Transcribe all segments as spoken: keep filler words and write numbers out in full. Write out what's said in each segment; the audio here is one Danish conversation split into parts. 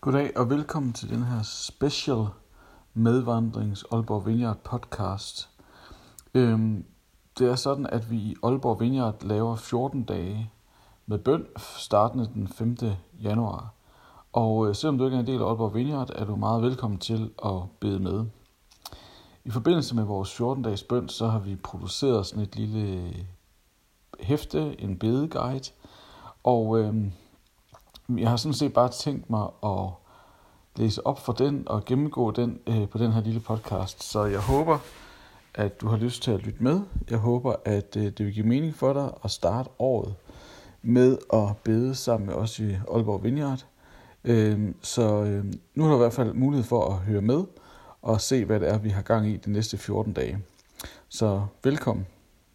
Goddag og velkommen til den her special medvandrings Aalborg Vineyard podcast. Øhm, det er sådan, at vi i Aalborg Vineyard laver fjorten dage med bøn, startende den femte januar. Og øh, selvom du ikke er en del af Aalborg Vineyard, er du meget velkommen til at bede med. I forbindelse med vores fjorten dages bøn, så har vi produceret sådan et lille hæfte, en bedeguide. Og øhm, jeg har sådan set bare tænkt mig at læse op for den og gennemgå den øh, på den her lille podcast. Så jeg håber, at du har lyst til at lytte med. Jeg håber, at øh, det vil give mening for dig at starte året med at bede sammen med os i Aalborg Vineyard. Øh, så øh, nu har du i hvert fald mulighed for at høre med og se, hvad det er, vi har gang i de næste fjorten dage. Så velkommen.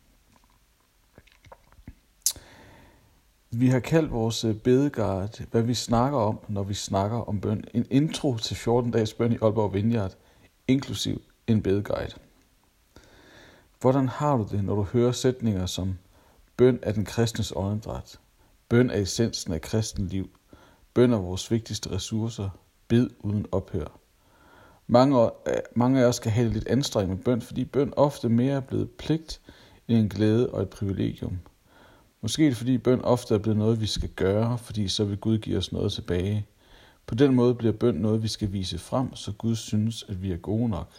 Vi har kaldt vores bedeguide, hvad vi snakker om, når vi snakker om bøn. En intro til fjorten dages bøn i Aalborg Vineyard, inklusiv en bedeguide. Hvordan har du det, når du hører sætninger som bøn er den kristnes åndedræt, bøn er essensen af kristen liv, bøn er vores vigtigste ressourcer, bed uden ophør. Mange, mange af os skal have det lidt anstrengt med bøn, fordi bøn ofte mere er blevet pligt end en glæde og et privilegium. Måske er det fordi bøn ofte er blevet noget, vi skal gøre, fordi så vil Gud give os noget tilbage. På den måde bliver bøn noget, vi skal vise frem, så Gud synes, at vi er gode nok.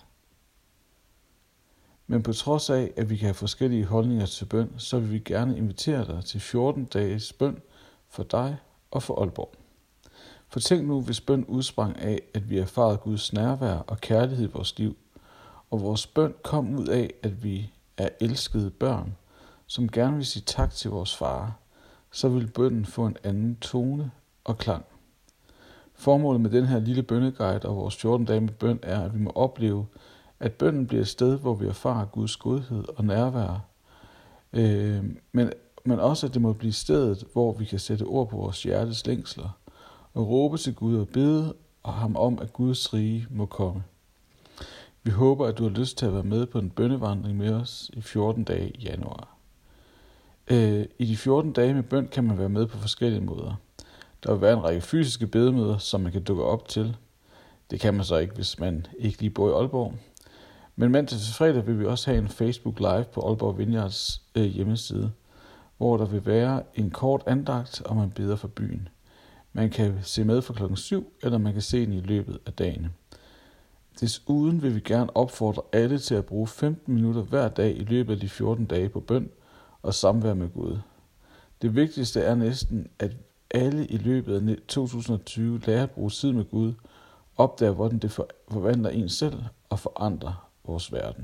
Men på trods af, at vi kan have forskellige holdninger til bøn, så vil vi gerne invitere dig til fjorten dages bøn for dig og for Aalborg. For tænk nu, hvis bøn udsprang af, at vi erfarede Guds nærvær og kærlighed i vores liv, og vores bøn kom ud af, at vi er elskede børn, som gerne vil sige tak til vores far, så vil bønnen få en anden tone og klang. Formålet med den her lille bønneguide og vores fjorten dage med bøn er, at vi må opleve, at bønnen bliver et sted, hvor vi erfarer Guds godhed og nærvær, øh, men, men også, at det må blive stedet, hvor vi kan sætte ord på vores hjertes længsler og råbe til Gud og bede og ham om, at Guds rige må komme. Vi håber, at du har lyst til at være med på en bønnevandring med os i fjorten dage i januar. I de fjorten dage med bøn kan man være med på forskellige måder. Der vil være en række fysiske bedemøder, som man kan dukke op til. Det kan man så ikke, hvis man ikke lige bor i Aalborg. Men mandag til fredag vil vi også have en Facebook Live på Aalborg Vineyards øh, hjemmeside, hvor der vil være en kort andagt, og man beder for byen. Man kan se med fra klokken syv, eller man kan se den i løbet af dagen. Desuden vil vi gerne opfordre alle til at bruge femten minutter hver dag i løbet af de fjorten dage på bøn og samvær med Gud. Det vigtigste er næsten, at alle i løbet af to tusind og tyve lærer at bruge tid med Gud, opdager, hvordan det forvandler en selv og forandrer vores verden.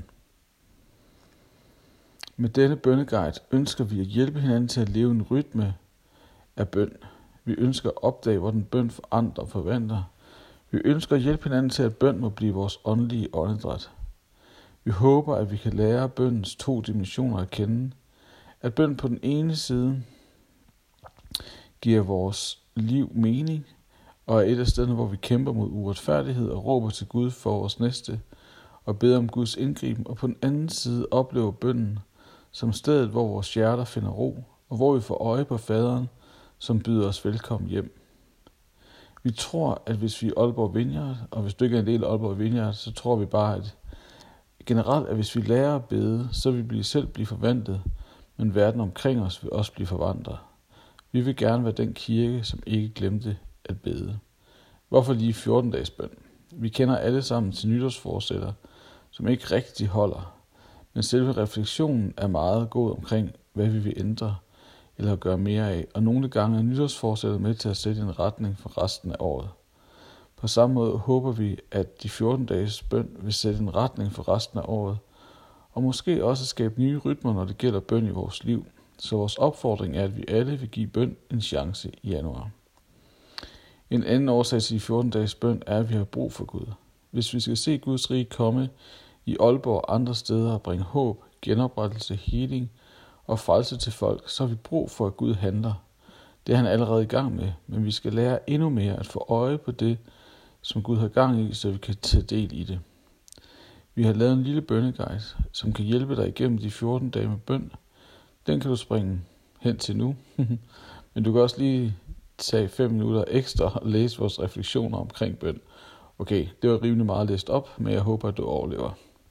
Med denne bønneguide ønsker vi at hjælpe hinanden til at leve en rytme af bøn. Vi ønsker at opdage, hvordan bøn forandrer og forvandler. Vi ønsker at hjælpe hinanden til, at bøn må blive vores åndelige åndedræt. Vi håber, at vi kan lære bønnens to dimensioner at kende. At bøn på den ene side giver vores liv mening, og er et af stederne, hvor vi kæmper mod uretfærdighed og råber til Gud for vores næste, og beder om Guds indgriben, og på den anden side oplever bønnen som stedet, hvor vores hjerter finder ro, og hvor vi får øje på faderen, som byder os velkommen hjem. Vi tror, at hvis vi er Aalborg Vineyard, og hvis du ikke er en del af Aalborg Vineyard, så tror vi bare, at generelt, at hvis vi lærer at bede, så vil vi selv blive forvandlet, men verden omkring os vil også blive forvandlet. Vi vil gerne være den kirke, som ikke glemte at bede. Hvorfor lige fjorten dages bøn? Vi kender alle sammen til nytårsforsætter, som ikke rigtig holder, men selve refleksionen er meget god omkring, hvad vi vil ændre eller gøre mere af, og nogle gange er nytårsforsætter med til at sætte en retning for resten af året. På samme måde håber vi, at de fjorten dages bøn vil sætte en retning for resten af året, og måske også skabe nye rytmer, når det gælder bøn i vores liv. Så vores opfordring er, at vi alle vil give bøn en chance i januar. En anden årsag til de fjorten dages bøn er, at vi har brug for Gud. Hvis vi skal se Guds rige komme i Aalborg og andre steder og bringe håb, genoprettelse, healing og frelse til folk, så har vi brug for, at Gud handler. Det er han allerede i gang med, men vi skal lære endnu mere at få øje på det, som Gud har gang i, så vi kan tage del i det. Vi har lavet en lille bønneguide, som kan hjælpe dig igennem de fjorten dage med bøn. Den kan du springe hen til nu, men du kan også lige tage fem minutter ekstra og læse vores refleksioner omkring bøn. Okay, det var rimelig meget læst op, men jeg håber, at du overlever.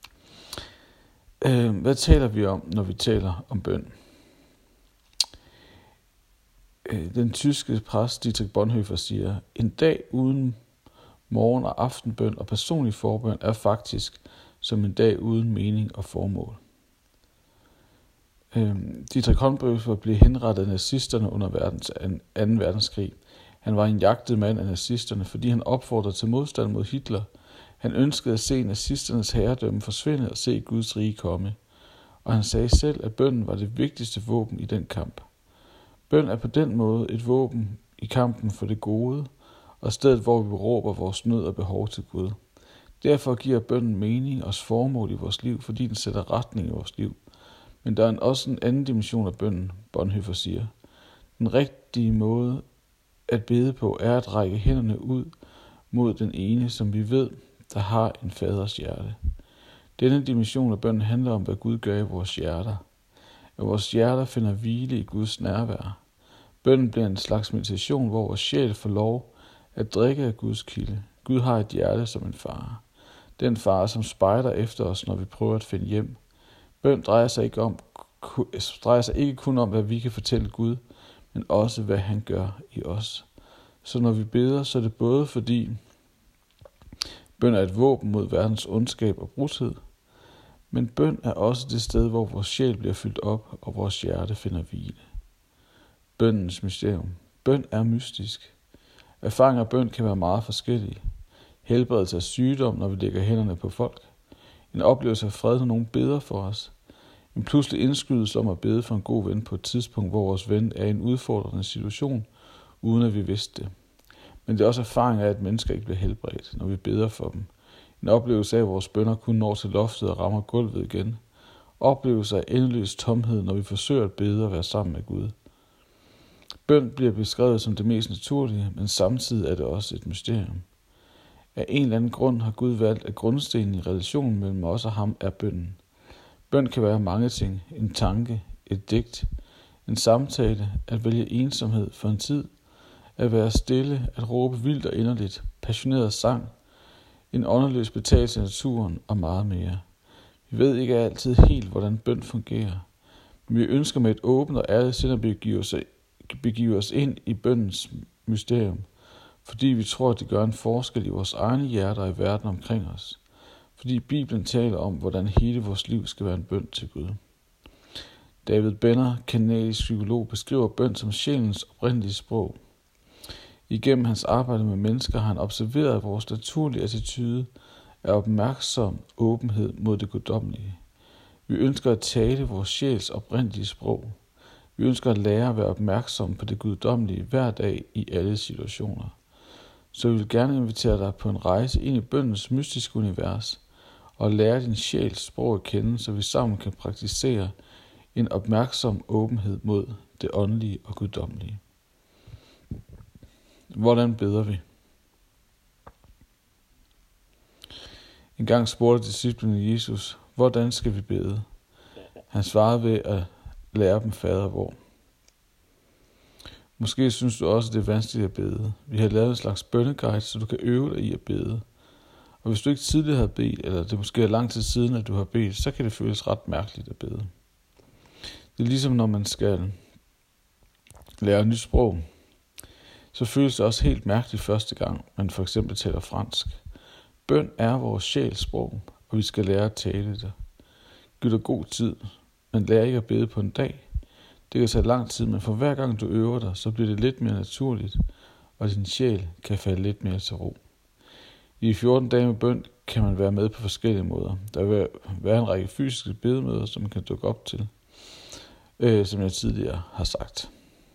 Øh, hvad taler vi om, når vi taler om bøn? Øh, den tyske præst Dietrich Bonhoeffer siger, en dag uden morgen- og aftenbøn og personlig forbøn er faktisk som en dag uden mening og formål. Øh, Dietrich Bonhoeffer blev henrettet af nazisterne under verdens, anden verdenskrig. Han var en jagtet mand af nazisterne, fordi han opfordrede til modstand mod Hitler. Han ønskede at se nazisternes herredømme forsvinde og se Guds rige komme. Og han sagde selv, at bønnen var det vigtigste våben i den kamp. Bøn er på den måde et våben i kampen for det gode, og stedet, hvor vi råber vores nød og behov til Gud. Derfor giver bønnen mening og formål i vores liv, fordi den sætter retning i vores liv. Men der er også en anden dimension af bønnen, Bonhoeffer siger. Den rigtige måde at bede på er at række hænderne ud mod den ene, som vi ved, der har en faders hjerte. Denne dimension af bønnen handler om, hvad Gud gør i vores hjerter. At vores hjerter finder hvile i Guds nærvær. Bønnen bliver en slags meditation, hvor vores sjæl får lov at drikke af Guds kilde. Gud har et hjerte som en far. Den far, som spejder efter os, når vi prøver at finde hjem. Bøn drejer sig ikke, om, drejer sig ikke kun om, hvad vi kan fortælle Gud, men også hvad han gør i os. Så når vi beder, så er det både fordi bøn er et våben mod verdens ondskab og brudhed, men bøn er også det sted, hvor vores sjæl bliver fyldt op, og vores hjerte finder hvile. Bønnens mysterium. Bøn er mystisk. Erfaring af bøn kan være meget forskellige. Helbredelse af sygdom, når vi lægger hænderne på folk. En oplevelse af fred, når nogen beder for os. En pludselig indskydelse om at bede for en god ven på et tidspunkt, hvor vores ven er i en udfordrende situation, uden at vi vidste det. Men det er også erfaring af, at mennesker ikke bliver helbredt, når vi beder for dem. En oplevelse af, at vores bønner kun når til loftet og rammer gulvet igen. Oplevelse af endeløs tomhed, når vi forsøger at bede og være sammen med Gud. Bøn bliver beskrevet som det mest naturlige, men samtidig er det også et mysterium. Af en eller anden grund har Gud valgt, at grundstenen i relationen mellem os og ham er bønnen. Bøn kan være mange ting. En tanke, et digt, en samtale, at vælge ensomhed for en tid, at være stille, at råbe vildt og inderligt, passioneret sang, en åndeløs betagelse af naturen og meget mere. Vi ved ikke altid helt, hvordan bøn fungerer, men vi ønsker med et åbent og ærligt sind at begive os, begive os ind i bønnens mysterium, fordi vi tror, at det gør en forskel i vores egne hjerter og i verden omkring os. Fordi Bibelen taler om, hvordan hele vores liv skal være en bøn til Gud. David Benner, kanadisk psykolog, beskriver bøn som sjælens oprindelige sprog. Igennem hans arbejde med mennesker har han observeret vores naturlige attitude af opmærksom åbenhed mod det guddommelige. Vi ønsker at tale vores sjæls oprindelige sprog. Vi ønsker at lære at være opmærksom på det guddommelige hver dag i alle situationer. Så vi vil gerne invitere dig på en rejse ind i bønnens mystiske univers og lære din sjæls sprog at kende, så vi sammen kan praktisere en opmærksom åbenhed mod det åndelige og guddommelige. Hvordan beder vi? En gang spurgte disciplene Jesus, hvordan skal vi bede? Han svarede ved at lære dem fader hvor. Måske synes du også, det er vanskeligt at bede. Vi har lavet en slags bønneguide, så du kan øve dig i at bede. Og hvis du ikke tidligere har bedt, eller det måske er lang tid siden, at du har bedt, så kan det føles ret mærkeligt at bede. Det er ligesom når man skal lære et nyt sprog. Så føles det også helt mærkeligt første gang, man for eksempel taler fransk. Bøn er vores sjæls sprog, og vi skal lære at tale det. Giv dig god tid, men lær ikke at bede på en dag. Det kan tage lang tid, men for hver gang du øver dig, så bliver det lidt mere naturligt, og din sjæl kan falde lidt mere til ro. I fjorten dage med bøn kan man være med på forskellige måder. Der vil være en række fysiske bedemøder, som man kan dukke op til, øh, som jeg tidligere har sagt.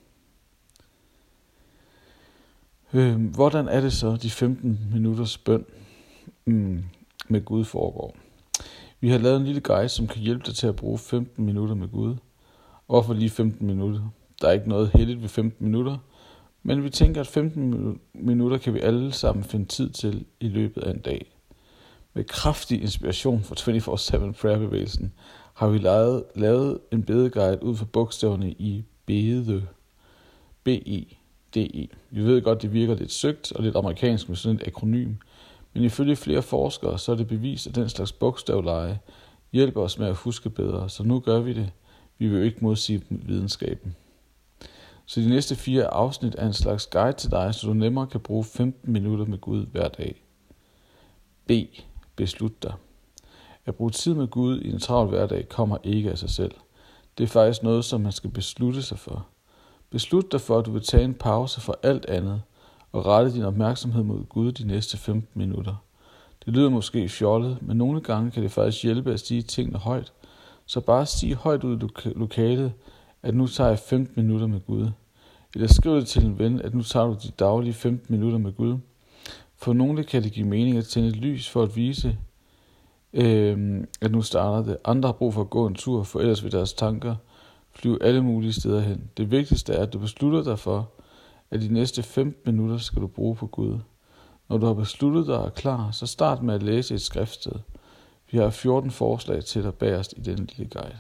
Øh, hvordan er det så, de femten minutters bøn mm, med Gud foregår? Vi har lavet en lille guide, som kan hjælpe dig til at bruge femten minutter med Gud. Hvorfor lige femten minutter? Der er ikke noget heldigt ved femten minutter, men vi tænker, at femten minutter kan vi alle sammen finde tid til i løbet af en dag. Med kraftig inspiration fra tyve-fire syv prayer-bevægelsen har vi lavet, lavet en bedeguide ud fra bogstaverne i bede, B E D E. Vi ved godt, det virker lidt søgt og lidt amerikansk med sådan et akronym, men ifølge flere forskere, så er det bevist, at den slags bogstavleje hjælper os med at huske bedre, så nu gør vi det. Vi vil jo ikke modsige videnskaben. Så de næste fire afsnit er en slags guide til dig, så du nemmere kan bruge femten minutter med Gud hver dag. B. Beslut dig. At bruge tid med Gud i en travl hverdag kommer ikke af sig selv. Det er faktisk noget, som man skal beslutte sig for. Beslut dig for, at du vil tage en pause fra alt andet og rette din opmærksomhed mod Gud de næste femten minutter. Det lyder måske fjollet, men nogle gange kan det faktisk hjælpe at sige tingene højt. Så bare sig højt ud i lokalet, at nu tager jeg femten minutter med Gud. Eller skriv det til en ven, at nu tager du de daglige femten minutter med Gud. For nogle kan det give mening at tænde et lys for at vise, øh, at nu starter det. Andre har brug for at gå en tur, for ellers vil deres tanker flyve alle mulige steder hen. Det vigtigste er, at du beslutter dig for, at de næste femten minutter skal du bruge på Gud. Når du har besluttet dig og er klar, så start med at læse et skriftsted. Vi har fjorten forslag til dig bagerst i denne lille guide.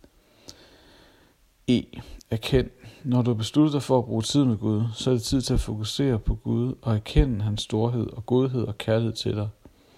E. Erkend. Når du har besluttet dig for at bruge tid med Gud, så er det tid til at fokusere på Gud og erkende hans storhed og godhed og kærlighed til dig.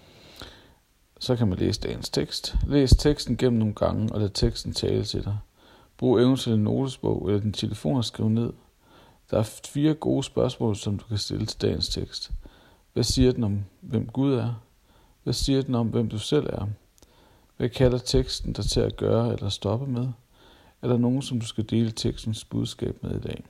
Så kan man læse dagens tekst. Læs teksten gennem nogle gange og lad teksten tale til dig. Brug eventuelt en notesbog eller din telefon og skriv ned. Der er fire gode spørgsmål, som du kan stille til dagens tekst. Hvad siger den om, hvem Gud er? Hvad siger den om, hvem du selv er? Hvad kalder teksten dig til at gøre eller stoppe med? Er der nogen, som du skal dele tekstens budskab med i dag?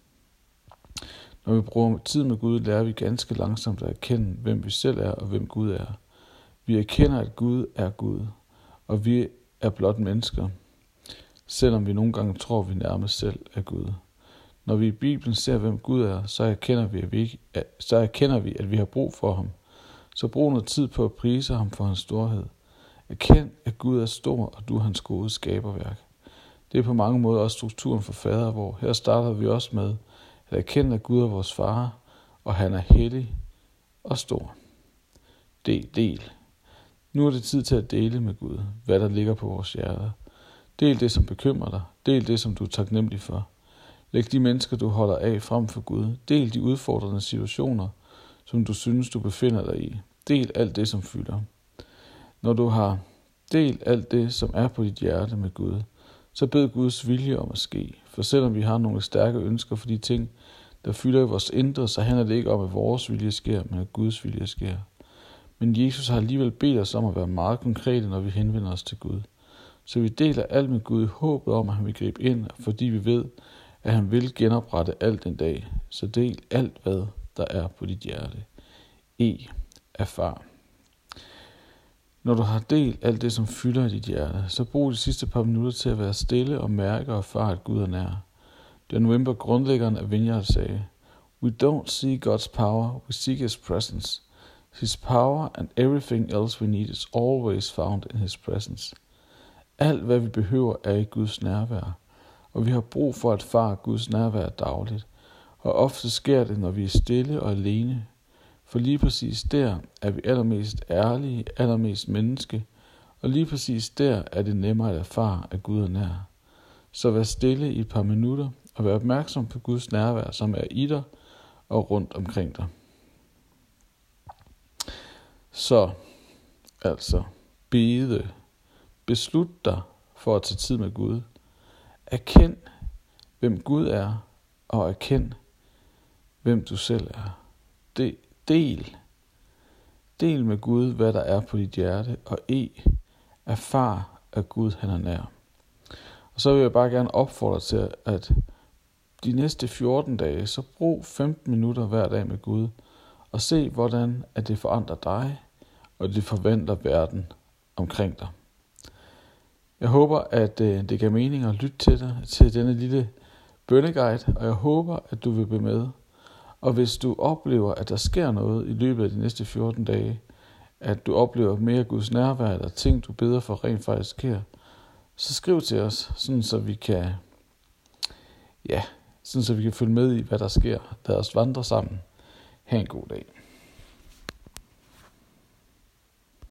Når vi bruger tid med Gud, lærer vi ganske langsomt at erkende, hvem vi selv er og hvem Gud er. Vi erkender, at Gud er Gud, og vi er blot mennesker, selvom vi nogle gange tror, at vi nærmest selv er Gud. Når vi i Bibelen ser, hvem Gud er, så erkender vi, at vi, ikke, så erkender vi, at vi har brug for ham. Så brug noget tid på at prise ham for hans storhed. Erkend, at Gud er stor, og du er hans gode skaberværk. Det er på mange måder også strukturen for fader, hvor her starter vi også med at erkende, at Gud er vores far, og han er hellig og stor. Del, del. Nu er det tid til at dele med Gud, hvad der ligger på vores hjerter. Del det, som bekymrer dig. Del det, som du er taknemmelig for. Læg de mennesker, du holder af, frem for Gud. Del de udfordrende situationer, som du synes, du befinder dig i. Del alt det, som fylder. Når du har delt alt det, som er på dit hjerte med Gud, så bed Guds vilje om at ske. For selvom vi har nogle stærke ønsker for de ting, der fylder i vores indre, så handler det ikke om, at vores vilje sker, men at Guds vilje sker. Men Jesus har alligevel bedt os om at være meget konkrete, når vi henvender os til Gud. Så vi deler alt med Gud i håbet om, at han vil gribe ind, fordi vi ved, at han vil genoprette alt en dag. Så del alt, hvad der er på dit hjerte. E. Erfar. Når du har delt alt det, som fylder i dit hjerte, så brug de sidste par minutter til at være stille og mærke og erfare, at Gud er nær. Dan Wimber, grundlæggeren af Vineyard, sagde, "We don't seek God's power, we seek his presence. His power and everything else we need is always found in his presence." Alt, hvad vi behøver, er i Guds nærvær, og vi har brug for at erfare Guds nærvær dagligt. Og ofte sker det, når vi er stille og alene, for lige præcis der er vi allermest ærlige, allermest menneske, og lige præcis der er det nemmere at erfare, at Gud er nær. Så vær stille i et par minutter, og vær opmærksom på Guds nærvær, som er i dig og rundt omkring dig. Så, altså, bede. Beslut dig for at tage tid med Gud. Erkend, hvem Gud er, og erkend, hvem du selv er. De, del. Del med Gud, hvad der er på dit hjerte, og E. Erfar, at Gud han er nær. Og så vil jeg bare gerne opfordre til, at de næste fjorten dage, så brug femten minutter hver dag med Gud, og se, hvordan at det forandrer dig, og det forvandler verden omkring dig. Jeg håber, at det gav mening at lytte til dig, til denne lille bønneguide, og jeg håber, at du vil blive med. Og hvis du oplever, at der sker noget i løbet af de næste fjorten dage, at du oplever mere Guds nærvær, eller ting, du beder for rent faktisk sker, så skriv til os, sådan så vi kan, ja, sådan så vi kan følge med i, hvad der sker. Lad os vandre sammen. Ha' en god dag.